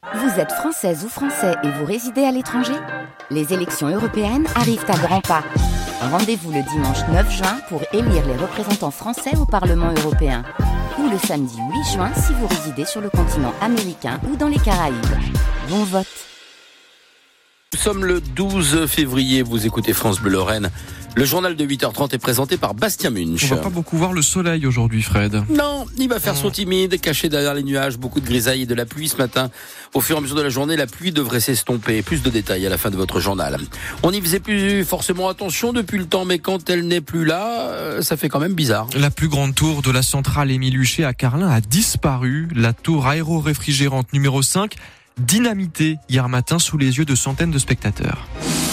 Vous êtes française ou français et vous résidez à l'étranger ? Les élections européennes arrivent à grands pas. Rendez-vous le dimanche 9 juin pour élire les représentants français au Parlement européen. Ou le samedi 8 juin si vous résidez sur le continent américain ou dans les Caraïbes. Bon vote. Nous sommes le 12 février, vous écoutez France Bleu Lorraine. Le journal de 8h30 est présenté par Bastien Munch. On va pas beaucoup voir le soleil aujourd'hui, Fred. Non, il va faire son timide, caché derrière les nuages, beaucoup de grisailles et de la pluie ce matin. Au fur et à mesure de la journée, la pluie devrait s'estomper. Plus de détails à la fin de votre journal. On n'y faisait plus forcément attention depuis le temps, mais quand elle n'est plus là, ça fait quand même bizarre. La plus grande tour de la centrale Émile Huchet à Carlin a disparu. La tour aéro-réfrigérante numéro 5, dynamitée hier matin sous les yeux de centaines de spectateurs.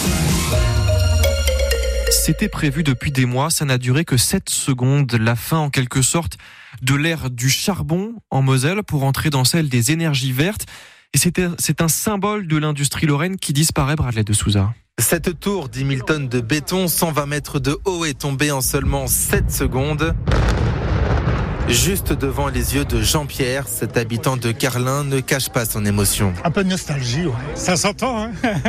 C'était prévu depuis des mois, ça n'a duré que 7 secondes. La fin, en quelque sorte, de l'ère du charbon en Moselle pour entrer dans celle des énergies vertes. Et c'est un symbole de l'industrie lorraine qui disparaît, Bradley de Souza. Cette tour, 10 000 tonnes de béton, 120 mètres de haut, est tombée en seulement 7 secondes. Juste devant les yeux de Jean-Pierre, cet habitant de Carlin ne cache pas son émotion. Un peu de nostalgie, ouais. Ça s'entend, hein.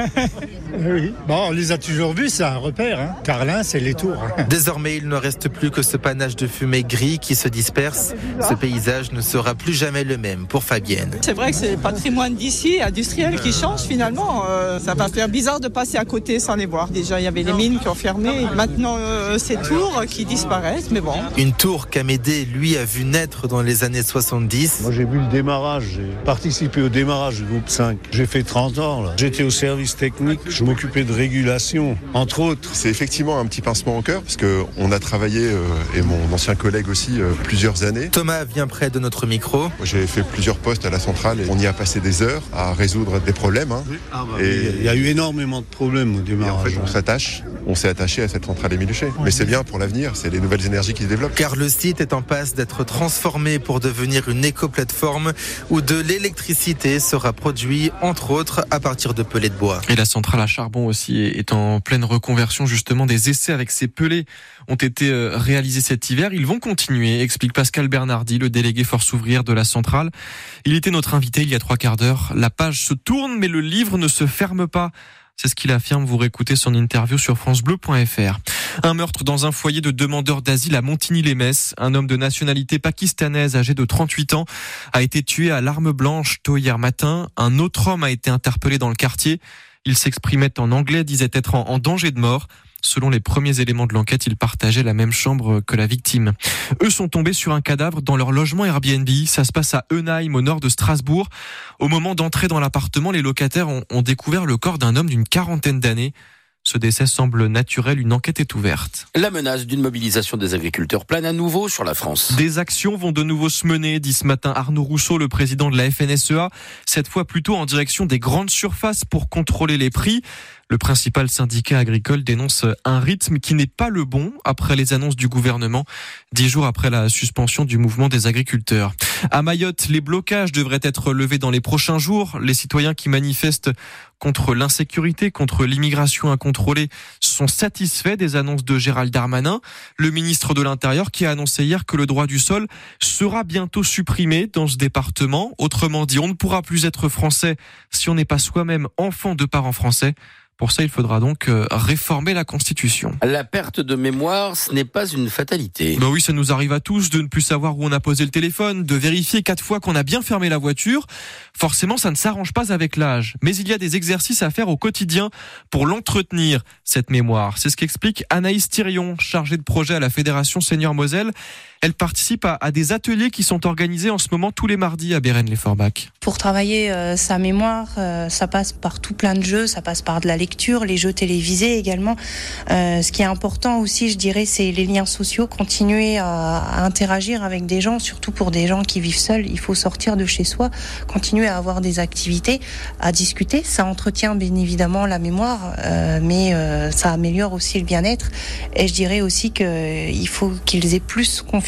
Oui. Bon, on les a toujours vus, c'est un repère, hein. Carlin, c'est les tours. Désormais, il ne reste plus que ce panache de fumée gris qui se disperse. Ce paysage ne sera plus jamais le même pour Fabienne. C'est vrai que c'est le patrimoine d'ici, industriel, qui change finalement. Ça va faire bizarre de passer à côté sans les voir. Déjà, il y avait les mines qui ont fermé. Maintenant, ces tours qui disparaissent, mais bon. Une tour qu'Amédée, lui, a vu naître dans les années 70. Moi, j'ai vu le démarrage, j'ai participé au démarrage du groupe 5. J'ai fait 30 ans, là. J'étais au service technique, je m'occupais de régulation, entre autres. C'est effectivement un petit pincement au cœur, parce qu'on a travaillé, et mon ancien collègue aussi, plusieurs années. Thomas vient près de notre micro. Moi, j'ai fait plusieurs postes à la centrale et on y a passé des heures à résoudre des problèmes. Hein. Oui. Et il y a eu énormément de problèmes au démarrage. Et en fait, on s'est attaché à cette centrale Émile Huchet. Mais c'est bien pour l'avenir, c'est les nouvelles énergies qui se développent. Car le site est en passe d'être transformé pour devenir une éco-plateforme où de l'électricité sera produite, entre autres, à partir de pellets de bois. Et la centrale à charbon aussi est en pleine reconversion, justement. Des essais avec ces pellets ont été réalisés cet hiver. Ils vont continuer, explique Pascal Bernardi, le délégué force ouvrière de la centrale. Il était notre invité il y a 3 quarts d'heure. La page se tourne, mais le livre ne se ferme pas. C'est ce qu'il affirme, vous réécoutez son interview sur francebleu.fr. Un meurtre dans un foyer de demandeurs d'asile à Montigny-les-Metz. Un homme de nationalité pakistanaise âgé de 38 ans a été tué à l'arme blanche tôt hier matin. Un autre homme a été interpellé dans le quartier. Il s'exprimait en anglais, disait être en danger de mort. Selon les premiers éléments de l'enquête, ils partageaient la même chambre que la victime. Eux sont tombés sur un cadavre dans leur logement Airbnb. Ça se passe à Eunheim, au nord de Strasbourg. Au moment d'entrer dans l'appartement, les locataires ont découvert le corps d'un homme d'une 40aine d'années. Ce décès semble naturel, une enquête est ouverte. La menace d'une mobilisation des agriculteurs plane à nouveau sur la France. Des actions vont de nouveau se mener, dit ce matin Arnaud Rousseau, le président de la FNSEA, cette fois plutôt en direction des grandes surfaces pour contrôler les prix. Le principal syndicat agricole dénonce un rythme qui n'est pas le bon après les annonces du gouvernement, 10 jours après la suspension du mouvement des agriculteurs. À Mayotte, les blocages devraient être levés dans les prochains jours. Les citoyens qui manifestent contre l'insécurité, contre l'immigration incontrôlée, sont satisfaits des annonces de Gérald Darmanin, le ministre de l'Intérieur qui a annoncé hier que le droit du sol sera bientôt supprimé dans ce département. Autrement dit, on ne pourra plus être français si on n'est pas soi-même enfant de parents français. Pour ça, il faudra donc réformer la Constitution. La perte de mémoire, ce n'est pas une fatalité. Oui, ça nous arrive à tous de ne plus savoir où on a posé le téléphone, de vérifier 4 fois qu'on a bien fermé la voiture. Forcément, ça ne s'arrange pas avec l'âge. Mais il y a des exercices à faire au quotidien pour l'entretenir, cette mémoire. C'est ce qu'explique Anaïs Thirion, chargée de projet à la Fédération Senior Moselle. Elle participe à des ateliers qui sont organisés en ce moment tous les mardis à Bérennes-les-Forbach. Pour travailler sa mémoire, ça passe par tout plein de jeux, ça passe par de la lecture, les jeux télévisés également. Ce qui est important aussi, je dirais, c'est les liens sociaux, continuer à interagir avec des gens, surtout pour des gens qui vivent seuls. Il faut sortir de chez soi, continuer à avoir des activités, à discuter. Ça entretient bien évidemment la mémoire, mais ça améliore aussi le bien-être. Et je dirais aussi qu'il faut qu'ils aient plus confiance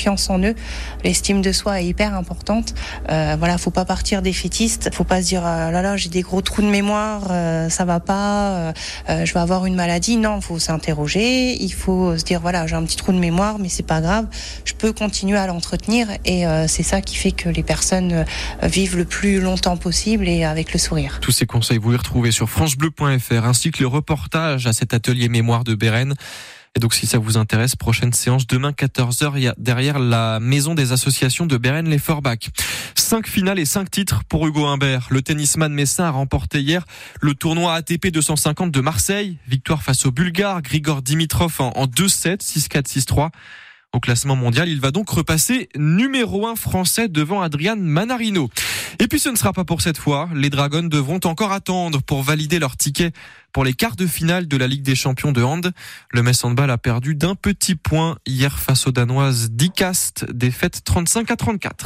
confiance en eux. L'estime de soi est hyper importante. Faut pas partir défaitiste. Faut pas se dire là j'ai des gros trous de mémoire, ça va pas, je vais avoir une maladie. Non, faut s'interroger. Il faut se dire j'ai un petit trou de mémoire, mais c'est pas grave. Je peux continuer à l'entretenir et c'est ça qui fait que les personnes vivent le plus longtemps possible et avec le sourire. Tous ces conseils, vous les retrouvez sur francebleu.fr ainsi que le reportage à cet atelier mémoire de Beren. Et donc, si ça vous intéresse, prochaine séance demain 14h derrière la maison des associations de Beren-les-Forbach. 5 finales et 5 titres pour Hugo Humbert. Le tennisman messin a remporté hier le tournoi ATP 250 de Marseille. Victoire face au Bulgare Grigor Dimitrov en 2-7, 6-4, 6-3. Au classement mondial, il va donc repasser numéro 1 français devant Adrian Manarino. Et puis ce ne sera pas pour cette fois. Les Dragons devront encore attendre pour valider leur ticket pour les quarts de finale de la Ligue des Champions de hand. Le Metz Handball a perdu d'1 petit point hier face aux Danoises d'Icast, défaite 35-34.